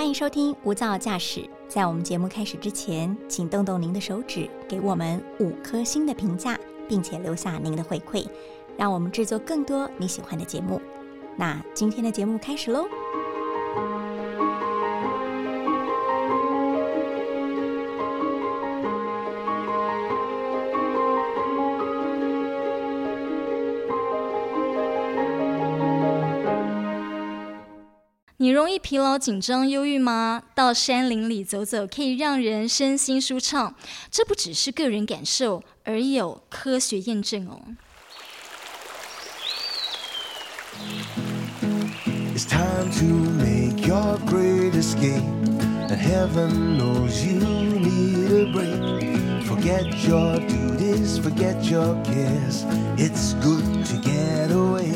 欢迎收听无噪驾驶。在我们节目开始之前，请动动您的手指，给我们5颗星的评价，并且留下您的回馈，让我们制作更多你喜欢的节目。那今天的节目开始咯。 你容易疲劳、紧张、忧郁吗？到山林里走走，可以让人身心舒畅。这不只是个人感受，而有科学验证哦。 It's time to make your great escape, and heaven knows you need a break. Forget your duties, forget your cares. It's good to get away.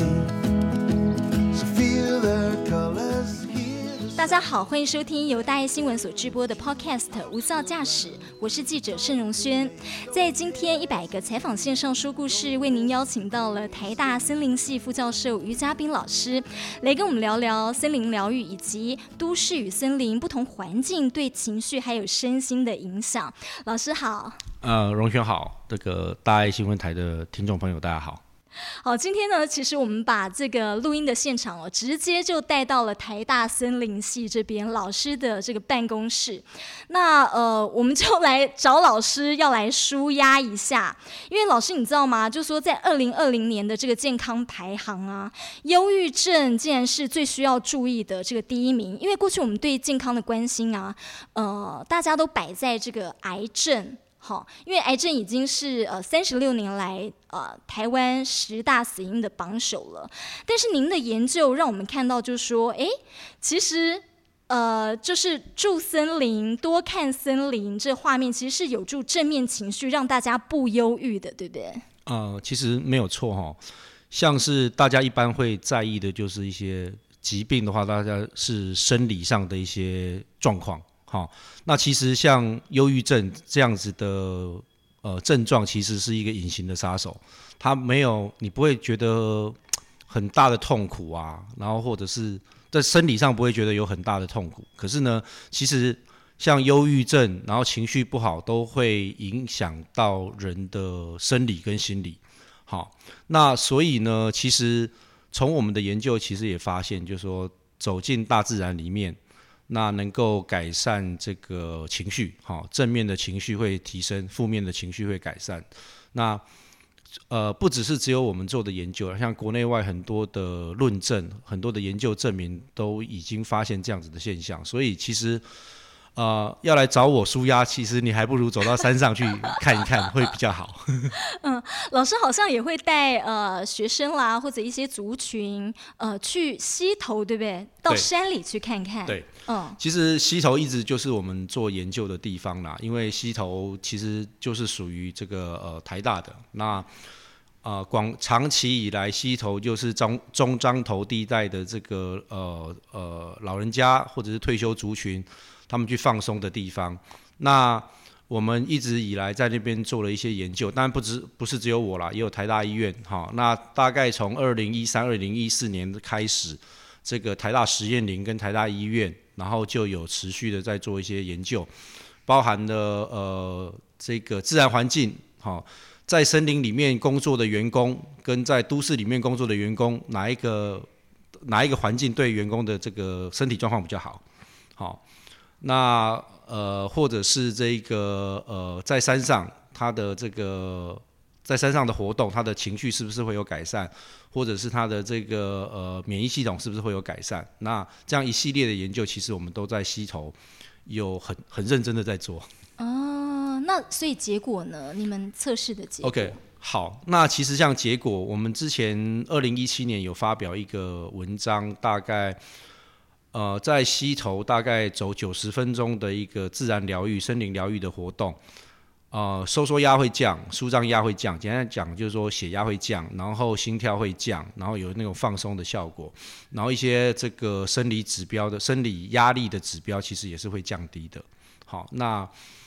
So feel the colors. 大家好，欢迎收听由大爱新闻所直播的 Podcast 无噪驾驶，我是记者盛荣轩。在今天100个采访线上说故事，为您邀请到了台大森林系副教授于嘉宾老师，来跟我们聊聊森林疗愈以及都市与森林不同环境对情绪还有身心的影响。老师好。 荣轩好，这个大爱新闻台的听众朋友大家好。 好，今天呢，其实我们把这个录音的现场哦，直接就带到了台大森林系这边老师的这个办公室。那我们就来找老师，要来抒压一下。因为老师你知道吗？就说在2020年的这个健康排行啊，忧郁症竟然是最需要注意的这个第1名。因为过去我们对健康的关心啊，大家都摆在这个癌症。因为癌症已经是36年来台湾10大死因的榜首了，但是您的研究让我们看到，就是说，其实就是住森林、多看森林这画面，其实是有助正面情绪，让大家不忧郁的，对不对？ 其实没有错哈，像是大家一般会在意的，就是一些疾病的话，大家是生理上的一些状况。好，那其实像忧郁症这样子的症状，其实是一个隐形的杀手。它没有，你不会觉得很大的痛苦啊，然后或者是在生理上不会觉得有很大的痛苦。可是呢，其实像忧郁症，然后情绪不好，都会影响到人的生理跟心理。好，那所以呢，其实从我们的研究，其实也发现，就是说走进大自然里面。那能够改善这个情绪，正面的情绪会提升，负面的情绪会改善。那不只是只有我们做的研究，像国内外很多的论证、很多的研究证明，都已经发现这样子的现象。所以其实要来找我抒压，其实你还不如走到山上去看一看，会比较好。 老师好像也会带学生啦，或者一些族群去溪头，对不对？到山里去看看。对， 其实溪头一直就是我们做研究的地方啦，因为溪头其实就是属于这个台大的那。长期以来，溪头就是中彰投地带的这个老人家或者是退休族群，他们去放松的地方。那我们一直以来在那边做了一些研究，当然不是只有我啦，也有台大医院。那大概从2013、2014年开始，这个台大实验林跟台大医院，然后就有持续的在做一些研究，包含了这个自然环境，在森林里面工作的员工跟在都市里面工作的员工，哪一个环境对员工的这个身体状况比较好？好，那或者是这个在山上他的这个在山上的活动，他的情绪是不是会有改善，或者是他的这个免疫系统是不是会有改善？那这样一系列的研究，其实我们都在溪头有很认真的在做。 那所以结果呢？你们测试的结果 ？OK， 好，那其实像结果，我们之前2017年有发表一个文章，大概在溪头大概走90分钟的一个自然疗愈、森林疗愈的活动，收缩压会降，舒张压会降，简单讲就是说血压会降，然后心跳会降，然后有那种放松的效果，然后一些这个生理指标的生理压力的指标其实也是会降低的。好，那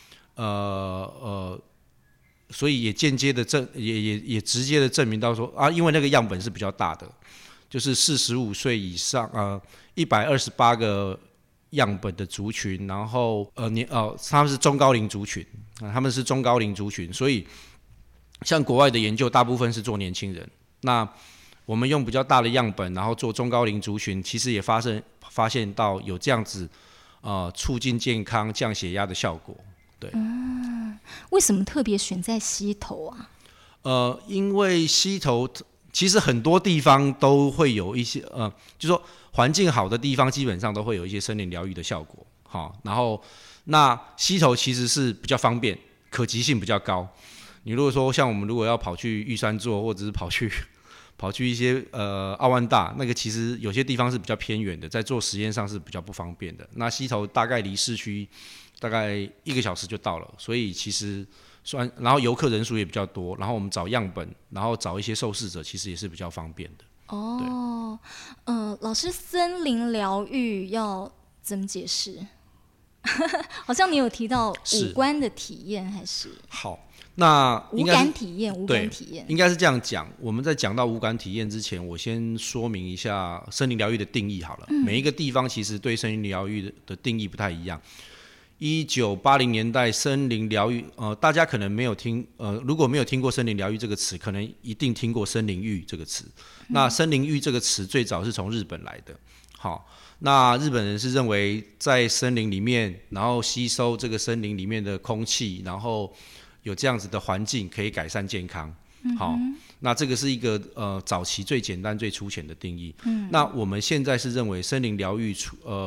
所以也间接的也直接的证明到说因为那个样本是比较大的，就是45岁以上128个样本的族群，然后他们是中高龄族群，所以像国外的研究大部分是做年轻人，那我们用比较大的样本，然后做中高龄族群，其实也发现到有这样子促进健康、降血压的效果。对， 为什么特别选在溪头啊？ 因为溪头其实很多地方都会有一些就是说环境好的地方，基本上都会有一些森林疗愈的效果。好，然后那溪头其实是比较方便，可及性比较高。你如果说像我们如果要跑去玉山做，或者是跑去一些奥万大，那个其实有些地方是比较偏远的，在做实验上是比较不方便的。那溪头大概离市区大概1个小时就到了，所以其实然后游客人数也比较多，然后我们找样本，然后找一些受试者，其实也是比较方便的。 哦，老师，森林疗愈要怎么解释？好像你有提到五官的体验，还是好？那无感体验， 应该是这样讲。我们在讲到无感体验之前，我先说明一下森林疗愈的定义好了。每一个地方其实对森林疗愈的定义不太一样。1980年代森林疗愈，大家可能没有如果没有听过森林疗愈这个词，可能一定听过森林浴这个词。那森林浴这个词最早是从日本来的。好，那日本人是认为在森林里面，然后吸收这个森林里面的空气，然后有这样子的环境可以改善健康。好，那这个是一个早期最简单最粗浅的定义。那我们现在是认为森林疗愈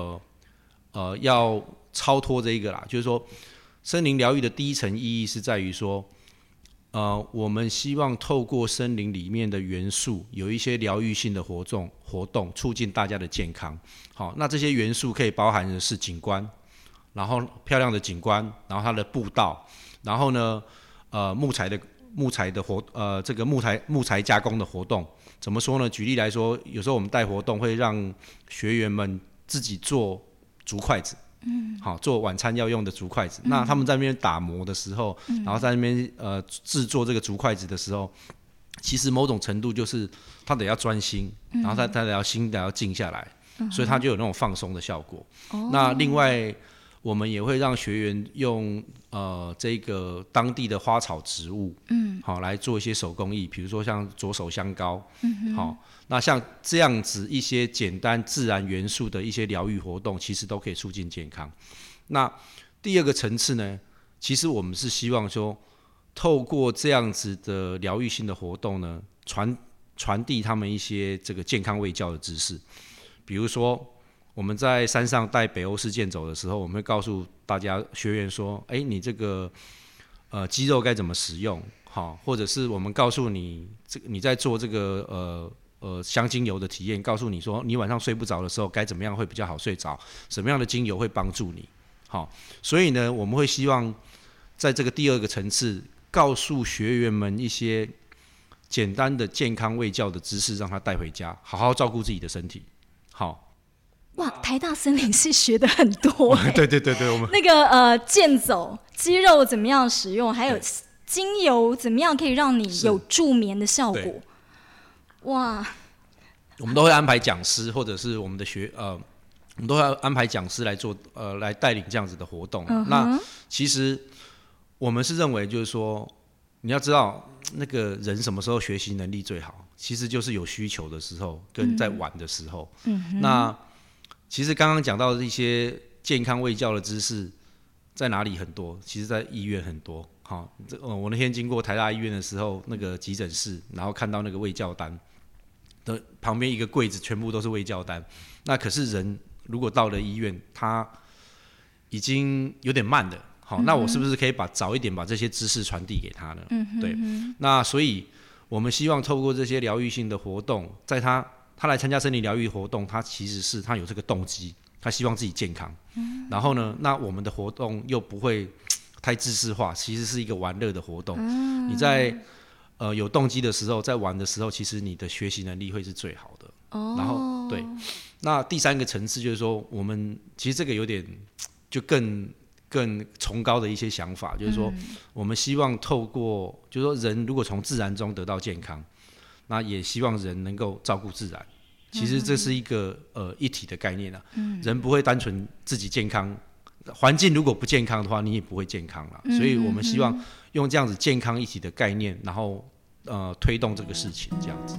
要超脱这一个啦，就是说森林疗愈的第一层意义是在于说我们希望透过森林里面的元素有一些疗愈性的活动促进大家的健康。好，那这些元素可以包含的是景观，然后漂亮的景观，然后它的步道，然后呢木材的这个木材加工的活动。怎么说呢？举例来说，有时候我们带活动会让学员们自己做竹筷子。好，做晚餐要用的竹筷子。那他们在那边打磨的时候，然后在那边制作这个竹筷子的时候，其实某种程度就是他得要专心，然后他得要心得要静下来，所以他就有那种放松的效果。那另外我们也会让学员用这个当地的花草植物，好来做一些手工艺，比如说像左手香膏，好，那像这样子一些简单自然元素的一些疗愈活动，其实都可以促进健康。那第二个层次呢，其实我们是希望说，透过这样子的疗愈性的活动呢，传递他们一些这个健康卫教的知识，比如说。我们在山上带北欧式健走的时候，我们会告诉大家学员说：“你这个肌肉该怎么使用？好，或者是我们告诉你，你在做这个香精油的体验，告诉你说你晚上睡不着的时候该怎么样会比较好睡着，什么样的精油会帮助你？好，所以呢，我们会希望在这个第二个层次，告诉学员们一些简单的健康卫教的知识，让他带回家，好好照顾自己的身体。好。” 哇，台大森林系学的很多对，我们那个健走肌肉怎么样使用，还有精油怎么样可以让你有助眠的效果。哇， 我们都会安排讲师，或者是我们的我们都会安排讲师来做来带领这样子的活动。那其实我们是认为就是说，你要知道那个人什么时候学习能力最好，其实就是有需求的时候跟在玩的时候。那其实刚刚讲到的一些健康卫教的知识在哪里很多？其实在医院很多。好，我那天经过台大医院的时候，那个急诊室，然后看到那个卫教单的旁边一个柜子全部都是卫教单。那可是人如果到了医院，他已经有点慢了。好，那我是不是可以早一点把这些知识传递给他呢？对。那所以我们希望透过这些疗愈性的活动，在他来参加森林疗愈活动，他其实是他有这个动机，他希望自己健康。然后呢，那我们的活动又不会太制式化，其实是一个玩乐的活动。你在有动机的时候，在玩的时候，其实你的学习能力会是最好的。然后对，那第三个层次就是说，我们其实这个有点就更崇高的一些想法，就是说，我们希望透过，就是说人如果从自然中得到健康。那也希望人能够照顾自然， 其实这是一个一体的概念啊。人不会单纯自己健康，环境如果不健康的话，你也不会健康了。所以我们希望用这样子健康一体的概念，然后推动这个事情，这样子。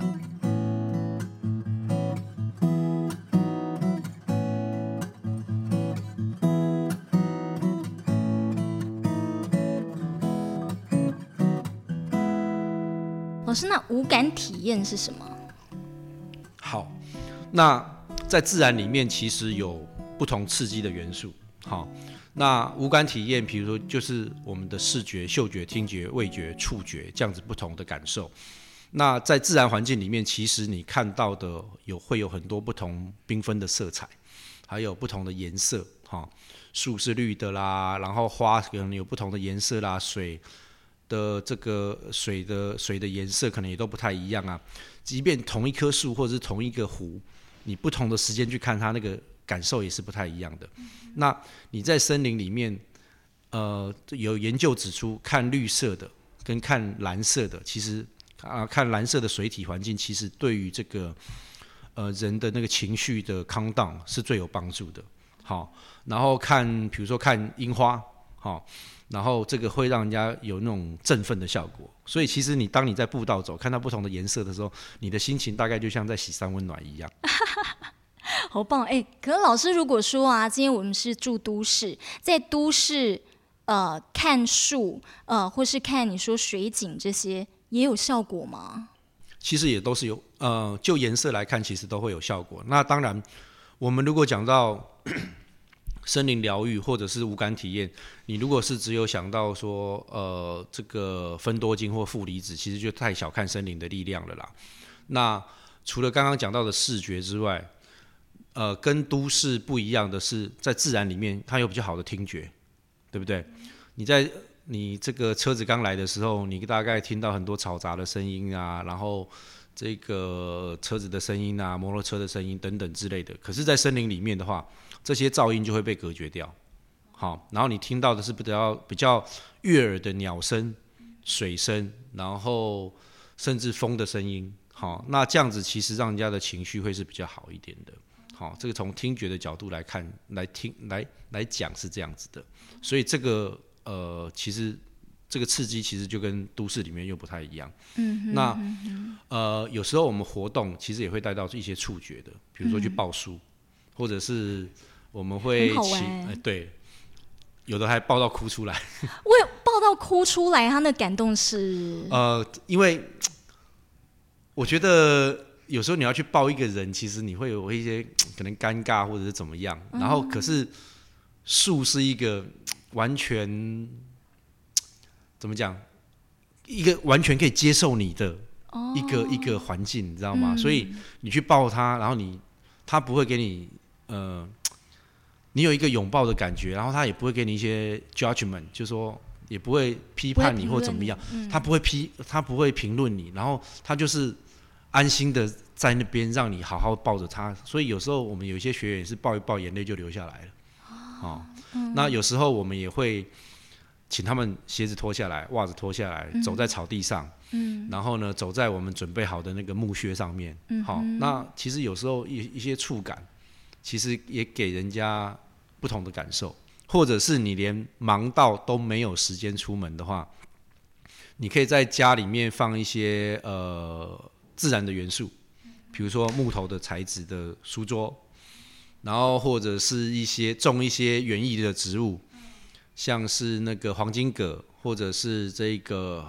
老师，那无感体验是什么？ 好，那在自然里面其实有不同刺激的元素。好，那无感体验，比如说就是我们的视觉、嗅觉、听觉、味觉、触觉这样子不同的感受。那在自然环境里面，其实你看到的会有很多不同缤纷的色彩，还有不同的颜色。哈，树是绿的啦，然后花可能有不同的颜色啦，水的这个水的颜色可能也都不太一样啊。即便同一棵树或者是同一个湖，你不同的时间去看它，那个感受也是不太一样的。那你在森林里面，有研究指出，看绿色的跟看蓝色的，其实看蓝色的水体环境，其实对于这个人的那个情绪的calm down是最有帮助的。好，然后比如说看樱花，好。然后这个会让人家有那种振奋的效果，所以其实当你在步道走，看到不同的颜色的时候，你的心情大概就像在洗三温暖一样。 好棒！可是老师如果说啊，今天我们是住都市，在都市看树或是看你说水景这些，也有效果吗？ 其实也都是有，就颜色来看，其实都会有效果。那当然，我们如果讲到森林疗愈或者是无感体验，你如果是只有想到说这个芬多精或负离子，其实就太小看森林的力量了啦。那除了刚刚讲到的视觉之外，跟都市不一样的是，在自然里面它有比较好的听觉，对不对？你这个车子刚来的时候，你大概听到很多嘈杂的声音啊，然后这个车子的声音啊，摩托车的声音等等之类的。可是，在森林里面的话，这些噪音就会被隔绝掉。好，然后你听到的是比较悦耳的鸟声、水声，然后甚至风的声音。好，那这样子其实让人家的情绪会是比较好一点的。好，这个从听觉的角度来看，来讲是这样子的。所以这个其实这个刺激其实就跟都市里面又不太一样。那有时候我们活动其实也会带到一些触觉的，比如说去抱树，或者是我们会对，有的还抱到哭出来。 我抱到哭出来，他那感动是因为我觉得有时候你要去抱一个人，其实你会有一些可能尴尬或者是怎么样，然后可是树是一个完全怎么讲，一个完全可以接受你的一个环境，你知道吗？所以你去抱它，然后它不会给你你有一个拥抱的感觉，然后它也不会给你一些 judgment， 就是说也不会批判你或怎么样，它不会评论你，然后它就是安心的在那边让你好好抱着它。所以有时候我们有一些学员也是抱一抱，眼泪就流下来了。那有时候我们也会请他们鞋子脱下来，袜子脱下来，走在草地上，然后呢，走在我们准备好的那个木屑上面。那其实有时候一些触感，其实也给人家不同的感受。或者是你连忙到都没有时间出门的话，你可以在家里面放一些自然的元素，比如说木头的材质的书桌，然后或者是种一些园艺的植物，像是那个黄金葛，或者是这个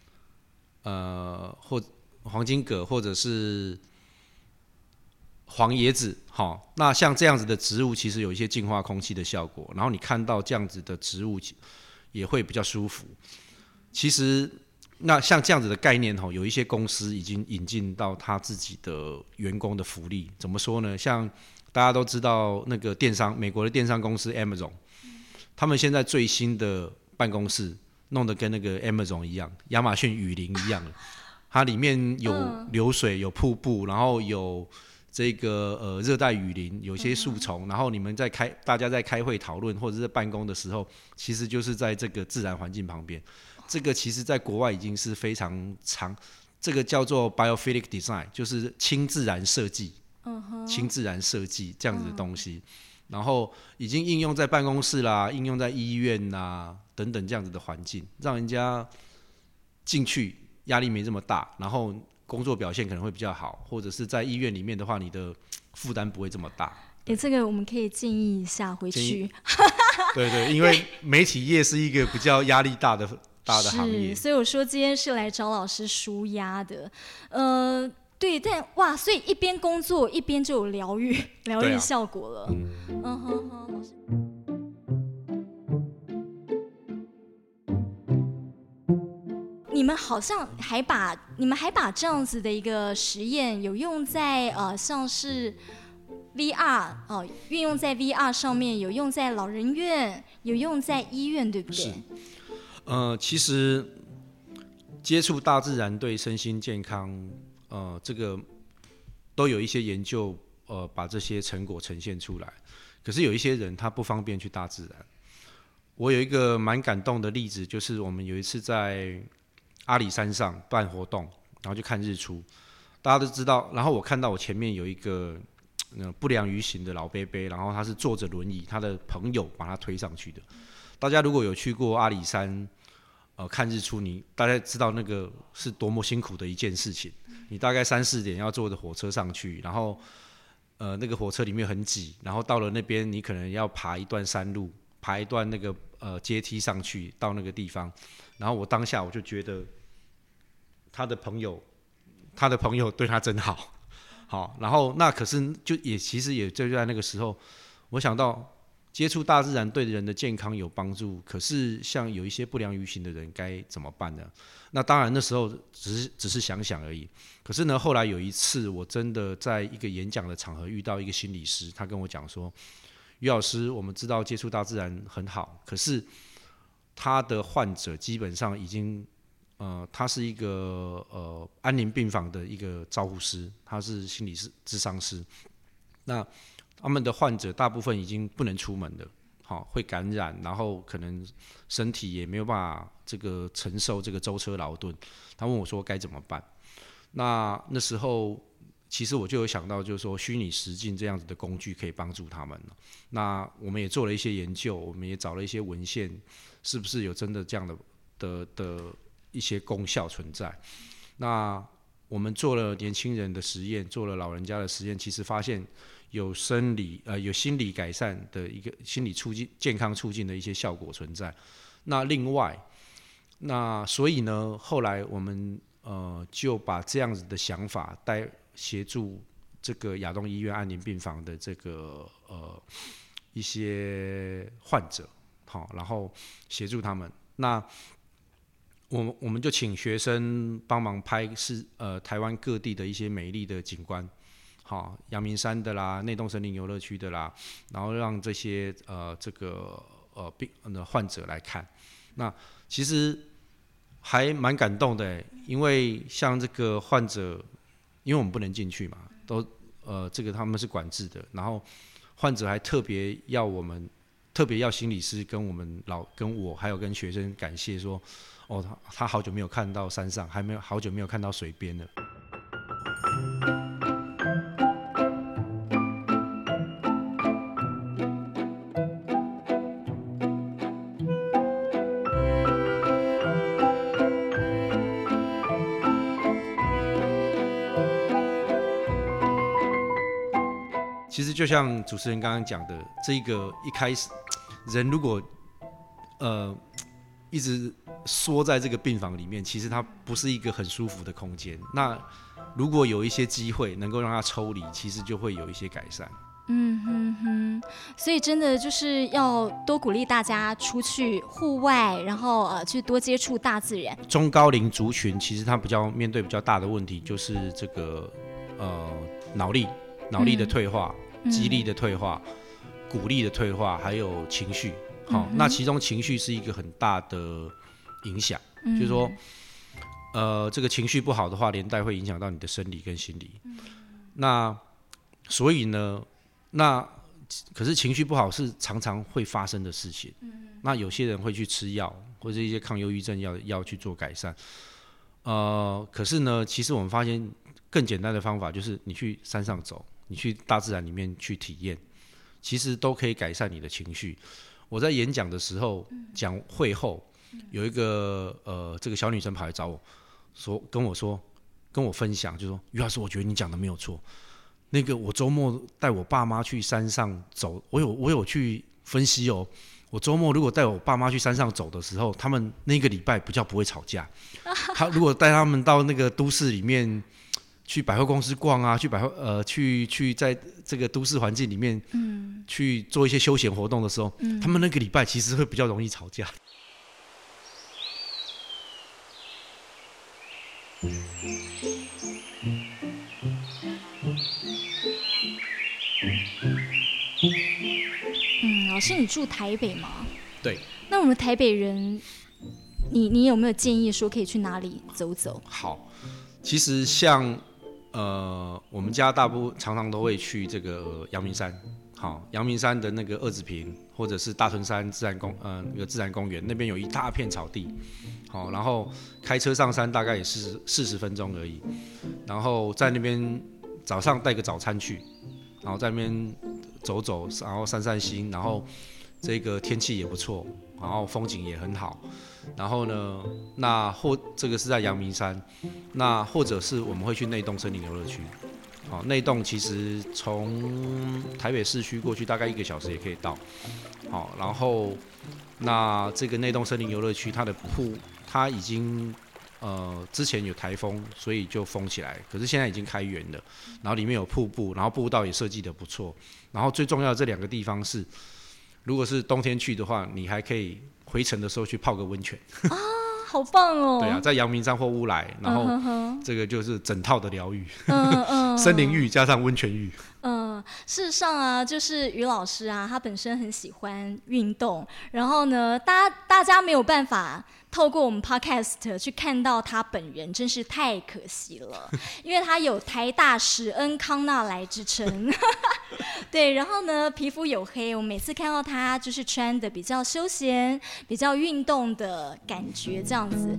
黄金葛，或者是黄椰子。好，那像这样子的植物其实有一些净化空气的效果，然后你看到这样子的植物也会比较舒服。其实那像这样子的概念，有一些公司已经引进到他自己的员工的福利。怎么说呢？像大家都知道那个美国的电商公司 Amazon， 他们现在最新的办公室弄得跟那个 Amazon 一样，亚马逊雨林一样了。它里面有流水，有瀑布，然后有这个热带雨林，有些树丛，然后你们大家在开会讨论或者是在办公的时候，其实就是在这个自然环境旁边。这个其实在国外已经是非常长，这个叫做 biophilic design， 就是轻自然设计。 亲自然设计这样子的东西，然后已经应用在办公室啦，应用在医院啦等等这样子的环境，让人家进去压力没这么大，然后工作表现可能会比较好，或者是在医院里面的话，你的负担不会这么大。 这个我们可以建议一下回去。 对对，因为媒体业是一个比较压力大的行业， 所以我说今天是来找老师抒压的。对，但哇，所以一边工作一边就有疗愈效果了。你们好像还把这样子的一个实验有用在像是 VR 运用在 VR 上面，有用在老人院，有用在医院，对不对？ 是。其实接触大自然对身心健康，这个都有一些研究，把这些成果呈现出来。可是有一些人他不方便去大自然。我有一个蛮感动的例子，就是我们有一次在阿里山上办活动，然后就看日出，大家都知道。然后我看到我前面有一个不良于行的老伯伯，然后他是坐着轮椅，他的朋友把他推上去的。大家如果有去过阿里山，看日出，你大概知道那个是多么辛苦的一件事情。你大概3、4点要坐着火车上去，然后那个火车里面很挤，然后到了那边你可能要爬一段山路，爬一段那个阶梯上去到那个地方。然后我当下我就觉得他的朋友对他真好。好，然后那可是其实也就在那个时候，我想到接触大自然对人的健康有帮助，可是像有一些不良于行的人该怎么办呢？那当然那时候只是想想而已。可是呢，后来有一次我真的在一个演讲的场合遇到一个心理师，他跟我讲说，于老师，我们知道接触大自然很好，可是他的患者基本上已经他是一个安宁病房的一个照护师，他是心理咨商师。那他们的患者大部分已经不能出门了，会感染，然后可能身体也没有办法承受这个舟车劳顿。他问我说该怎么办？那时候其实我就有想到，就是说虚拟实境这样子的工具可以帮助他们。那我们也做了一些研究，我们也找了一些文献，是不是有真的这样的一些功效存在？那我们做了年轻人的实验，做了老人家的实验，其实发现有心理改善的一个心理健康促进的一些效果存在。那另外，所以呢，后来我们就把这样子的想法协助这个亚东医院安宁病房的这个一些患者，然后协助他们。那我们就请学生帮忙拍台湾各地的一些美丽的景观，阳明山的啦，内洞森林游乐区的啦，然后让这些患者来看。那其实还蛮感动的，因为像这个患者，因为我们不能进去嘛，他们是管制的，然后患者还特别要心理师跟我还有跟学生感谢说，他好久没有看到山上，好久没有看到水边了。其实就像主持人刚刚讲的，这个一开始人如果一直缩在这个病房里面，其实它不是一个很舒服的空间。那如果有一些机会能够让它抽离，其实就会有一些改善。 所以真的就是要多鼓励大家出去户外，然后去多接触大自然。 中高龄族群其实他面对比较大的问题就是这个脑力的退化、肌力的退化、骨力的退化，还有情绪。那其中情绪是一个很大的影响，就是说，这个情绪不好的话，连带会影响到你的生理跟心理。那所以呢，可是情绪不好是常常会发生的事情。那有些人会去吃药，或者一些抗忧郁症药去做改善。可是呢，其实我们发现更简单的方法就是你去山上走， 你去大自然里面去体验，其实都可以改善你的情绪。我在演讲的时候讲会后，有一个这个小女生跑来找我跟我分享，就说于老师，我觉得你讲的没有错。那个我周末带我爸妈去山上走，我有去分析哦。我周末如果带我爸妈去山上走的时候，他们那个礼拜比较不会吵架。他如果带他们到那个都市里面去百货公司逛啊，去在这个都市环境里面，去做一些休闲活动的时候，他们那个礼拜其实会比较容易吵架。 老师，你住台北吗？ 对。 那我们台北人，你有没有建议说可以去哪里走走？ 好，其实像我们家大部分常常都会去这个阳明山。好，阳明山的那个二子坪，或者是大屯山那个自然公园那边有一大片草地。好，然后开车上山大概也是40分钟而已。然后在那边早上带个早餐去，然后在那边走走，然后散散心，然后这个天气也不错，然后风景也很好。然后呢，这个是在阳明山，那或者是我们会去内洞森林游乐区。好，内洞其实从台北市区过去大概1个小时也可以到。好，然后那这个内洞森林游乐区，它已经之前有台风，所以就封起来，可是现在已经开园了，然后里面有瀑布，然后步道也设计得不错，然后最重要的这2个地方是，如果是冬天去的话，你还可以回程的时候去泡个温泉啊，好棒哦！ 对啊，在阳明山或乌来，然后这个就是整套的疗愈，森林浴加上温泉浴。 事实上啊，就是于老师啊，他本身很喜欢运动，然后呢，大家没有办法透过我们 podcast 去看到他本人，真是太可惜了，因为他有台大史恩康纳莱之称。对，然后呢，皮肤黝黑，我每次看到他就是穿的比较休闲、比较运动的感觉，这样子。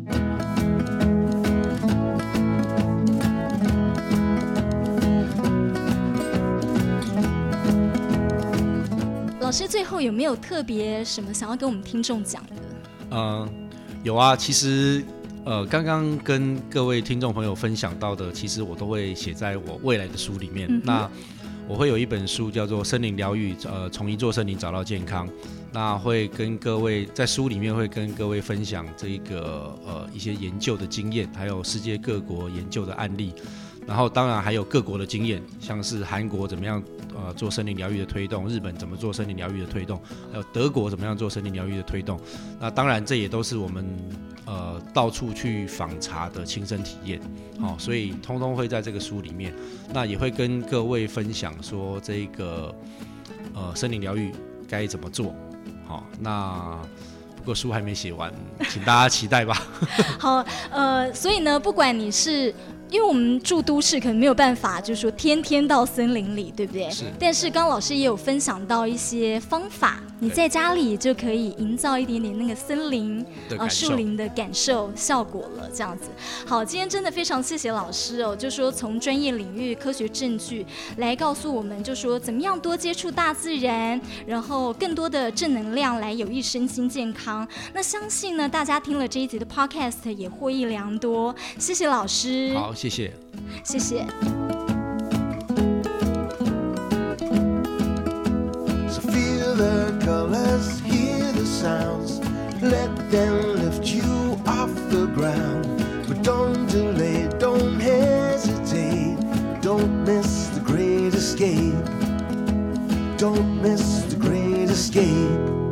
老师最后有没有特别什么想要跟我们听众讲的？ 有啊，其实刚刚跟各位听众朋友分享到的，其实我都会写在我未来的书里面。那我会有一本书叫做《森林疗愈》，从一座森林找到健康。那会跟各位在书里面会跟各位分享这个一些研究的经验，还有世界各国研究的案例。然后当然还有各国的经验，像是韩国怎么样做森林疗愈的推动，日本怎么做森林疗愈的推动，还有德国怎么样做森林疗愈的推动。那当然这也都是我们到处去访查的亲身体验，所以通通会在这个书里面。那也会跟各位分享说这个森林疗愈该怎么做。好，那不过书还没写完，请大家期待吧。 好，所以呢，不管你是因为我们住都市可能没有办法就是说天天到森林里，对不对？ 是。 但是刚老师也有分享到一些方法，你在家里就可以营造一点点那个森林树林的感受效果了，这样子。好，今天真的非常谢谢老师哦，就说从专业领域科学证据来告诉我们，就说怎么样多接触大自然，然后更多的正能量来有益身心健康。那相信呢，大家听了这一集的 podcast 也获益良多。谢谢老师。 好，谢谢。 谢谢。 So feel the colors, hear the sounds, let them lift you off the ground. But don't delay, don't hesitate, don't miss the great escape. Don't miss the great escape.